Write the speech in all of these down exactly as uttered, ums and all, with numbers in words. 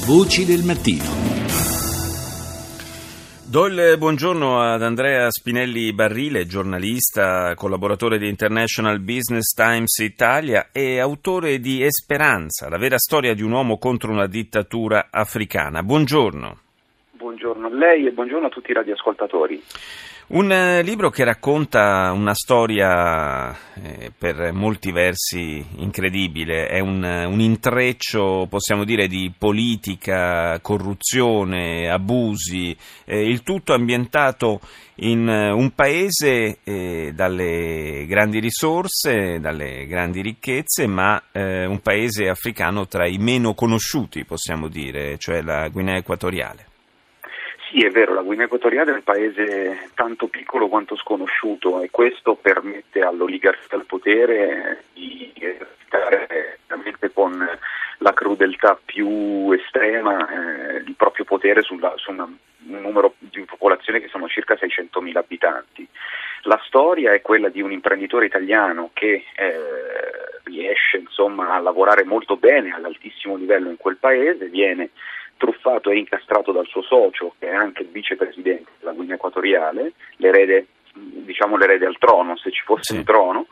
Voci del mattino. Do il buongiorno ad Andrea Spinelli Barrile, giornalista, collaboratore di International Business Times Italia e autore di Esperanza, la vera storia di un uomo contro una dittatura africana. Buongiorno. Buongiorno a lei e buongiorno a tutti i radioascoltatori. Un eh, libro che racconta una storia eh, per molti versi incredibile, è un, un intreccio, possiamo dire, di politica, corruzione, abusi, eh, il tutto ambientato in eh, un paese eh, dalle grandi risorse, dalle grandi ricchezze, ma eh, un paese africano tra i meno conosciuti, possiamo dire, cioè la Guinea Equatoriale. Sì, è vero, la Guinea Equatoriale è un paese tanto piccolo quanto sconosciuto e questo permette all'oligarchia al potere di esercitare veramente con la crudeltà più estrema eh, il proprio potere sulla, su una, un numero di popolazione che sono circa seicentomila abitanti. La storia è quella di un imprenditore italiano che eh, riesce insomma a lavorare molto bene all'altissimo livello in quel paese, viene truffato e incastrato dal suo socio, che è anche il vicepresidente della Guinea Equatoriale, l'erede, diciamo l'erede al trono, se ci fosse sì. un trono,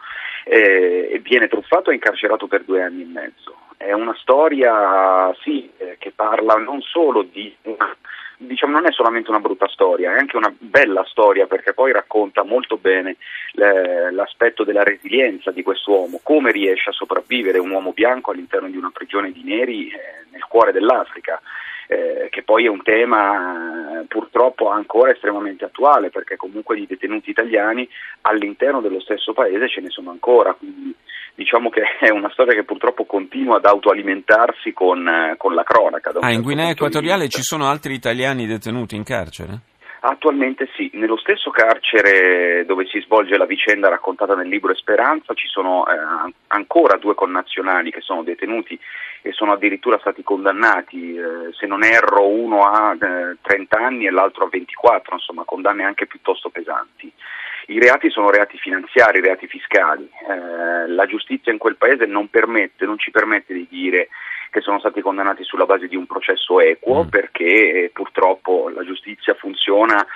eh, e viene truffato e incarcerato per due anni e mezzo. È una storia, sì, eh, che parla non solo di una, diciamo non è solamente una brutta storia, è anche una bella storia perché poi racconta molto bene le, l'aspetto della resilienza di quest'uomo, come riesce a sopravvivere un uomo bianco all'interno di una prigione di neri eh, nel cuore dell'Africa. Eh, che poi è un tema eh, purtroppo ancora estremamente attuale perché comunque di detenuti italiani all'interno dello stesso paese ce ne sono ancora, quindi diciamo che è una storia che purtroppo continua ad autoalimentarsi con, eh, con la cronaca. Ah, in Guinea Equatoriale ci sono altri italiani detenuti in carcere? Attualmente sì, nello stesso carcere dove si svolge la vicenda raccontata nel libro Esperanza ci sono eh, ancora due connazionali che sono detenuti e sono addirittura stati condannati, eh, se non erro uno a eh, trenta anni e l'altro a ventiquattro, insomma condanne anche piuttosto pesanti. I reati sono reati finanziari, reati fiscali, eh, la giustizia in quel paese non permette, non ci permette di dire che sono stati condannati sulla base di un processo equo, mm. perché eh, purtroppo la giustizia funziona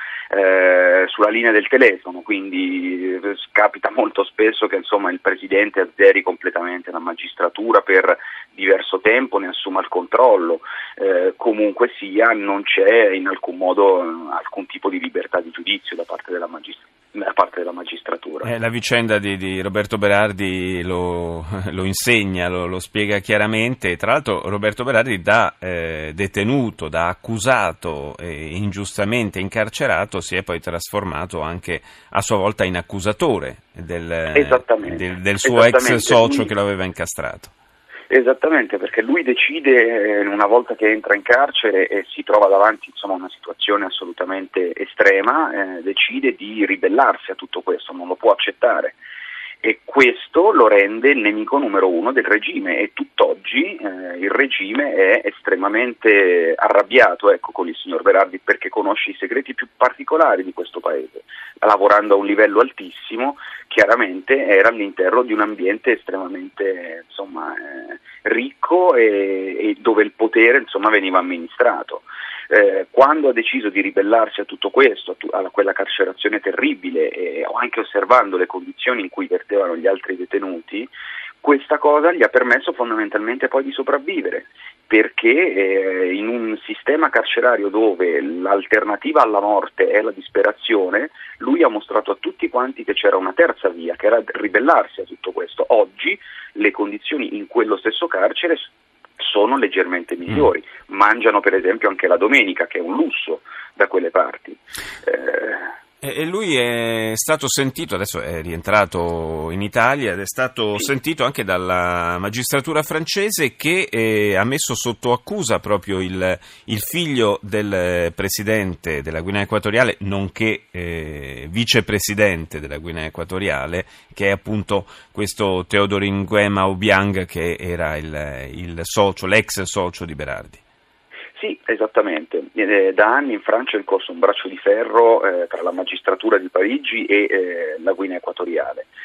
eh, sulla linea del telefono, quindi eh, capita molto spesso che insomma il presidente azzeri completamente la magistratura per diverso tempo, ne assuma il controllo, eh, comunque sia non c'è in alcun modo eh, alcun tipo di libertà di giudizio da parte della magistratura. Da parte della magistratura. Eh, la vicenda di, di Roberto Berardi lo, lo insegna, lo, lo spiega chiaramente. Tra l'altro Roberto Berardi da eh, detenuto, da accusato e ingiustamente incarcerato si è poi trasformato anche a sua volta in accusatore del, del, del suo ex socio che lo aveva incastrato. Esattamente, perché lui decide, una volta che entra in carcere e si trova davanti insomma una situazione assolutamente estrema, eh, decide di ribellarsi a tutto questo, non lo può accettare e questo lo rende il nemico numero uno del regime e tutt'oggi eh, il regime è estremamente arrabbiato ecco, con il signor Berardi perché conosce i segreti più particolari di questo paese, lavorando a un livello altissimo, chiaramente era all'interno di un ambiente estremamente insomma, eh, ricco e, e dove il potere insomma, veniva amministrato. Eh, quando ha deciso di ribellarsi a tutto questo, a, tu, a quella carcerazione terribile e anche osservando le condizioni in cui vertevano gli altri detenuti, questa cosa gli ha permesso fondamentalmente poi di sopravvivere, perché eh, in un sistema carcerario dove l'alternativa alla morte è la disperazione, lui ha mostrato a tutti quanti che c'era una terza via, che era ribellarsi a tutto questo. Oggi le condizioni in quello stesso carcere sono leggermente migliori, mm. mangiano per esempio anche la domenica, che è un lusso da quelle parti. Eh, E lui è stato sentito, adesso è rientrato in Italia, ed è stato sì. sentito anche dalla magistratura francese che eh, ha messo sotto accusa proprio il, il figlio del presidente della Guinea Equatoriale, nonché eh, vicepresidente della Guinea Equatoriale, che è appunto questo Théodorin Nguema Obiang, che era il, il socio, l'ex socio di Berardi. Sì, esattamente. Eh, da anni in Francia è in corso un braccio di ferro eh, tra la magistratura di Parigi e eh, la Guinea Equatoriale.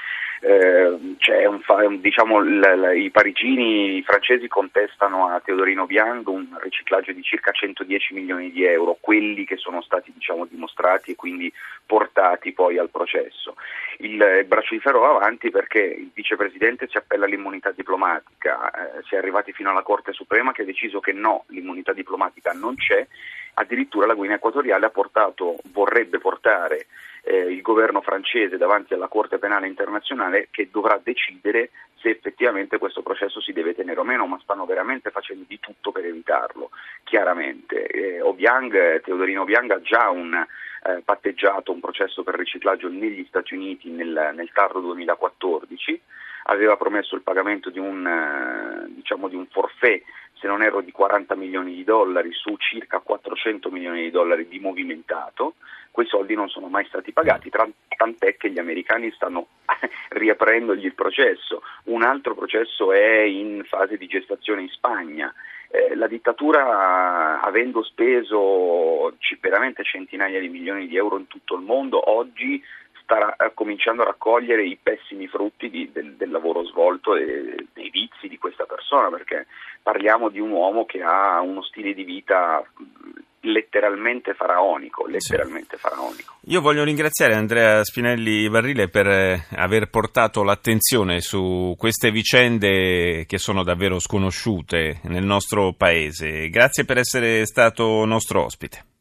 eh, c'è un, diciamo, l, l, i parigini, i francesi contestano a Teodorino Obiang un riciclaggio di circa centodieci milioni di euro, quelli che sono stati, diciamo, dimostrati e quindi portati poi al processo. Il, il braccio di ferro va avanti perché il vicepresidente si appella all'immunità diplomatica, eh, si è arrivati fino alla Corte Suprema che ha deciso che no, l'immunità diplomatica non c'è. Addirittura la Guinea Equatoriale ha portato, vorrebbe portare eh, il governo francese davanti alla Corte Penale Internazionale, che dovrà decidere se effettivamente questo processo si deve tenere o meno, ma stanno veramente facendo di tutto per evitarlo, chiaramente. Eh, Obiang, Teodorino Obiang ha già un, eh, patteggiato un processo per riciclaggio negli Stati Uniti nel, nel tardo duemilaquattordici, aveva promesso il pagamento di un, eh, diciamo di un forfait, se non erro di quaranta milioni di dollari su circa quattrocento milioni di dollari di movimentato. Quei soldi non sono mai stati pagati, tant'è che gli americani stanno riaprendogli il processo. Un altro processo è in fase di gestazione in Spagna. Eh, la dittatura, avendo speso veramente centinaia di milioni di euro in tutto il mondo, oggi sta cominciando a raccogliere i pessimi frutti di, del, del lavoro svolto e dei vizi di questa persona, perché parliamo di un uomo che ha uno stile di vita letteralmente faraonico, letteralmente sì. faraonico. Io voglio ringraziare Andrea Spinelli Barrile per aver portato l'attenzione su queste vicende che sono davvero sconosciute nel nostro paese. Grazie per essere stato nostro ospite.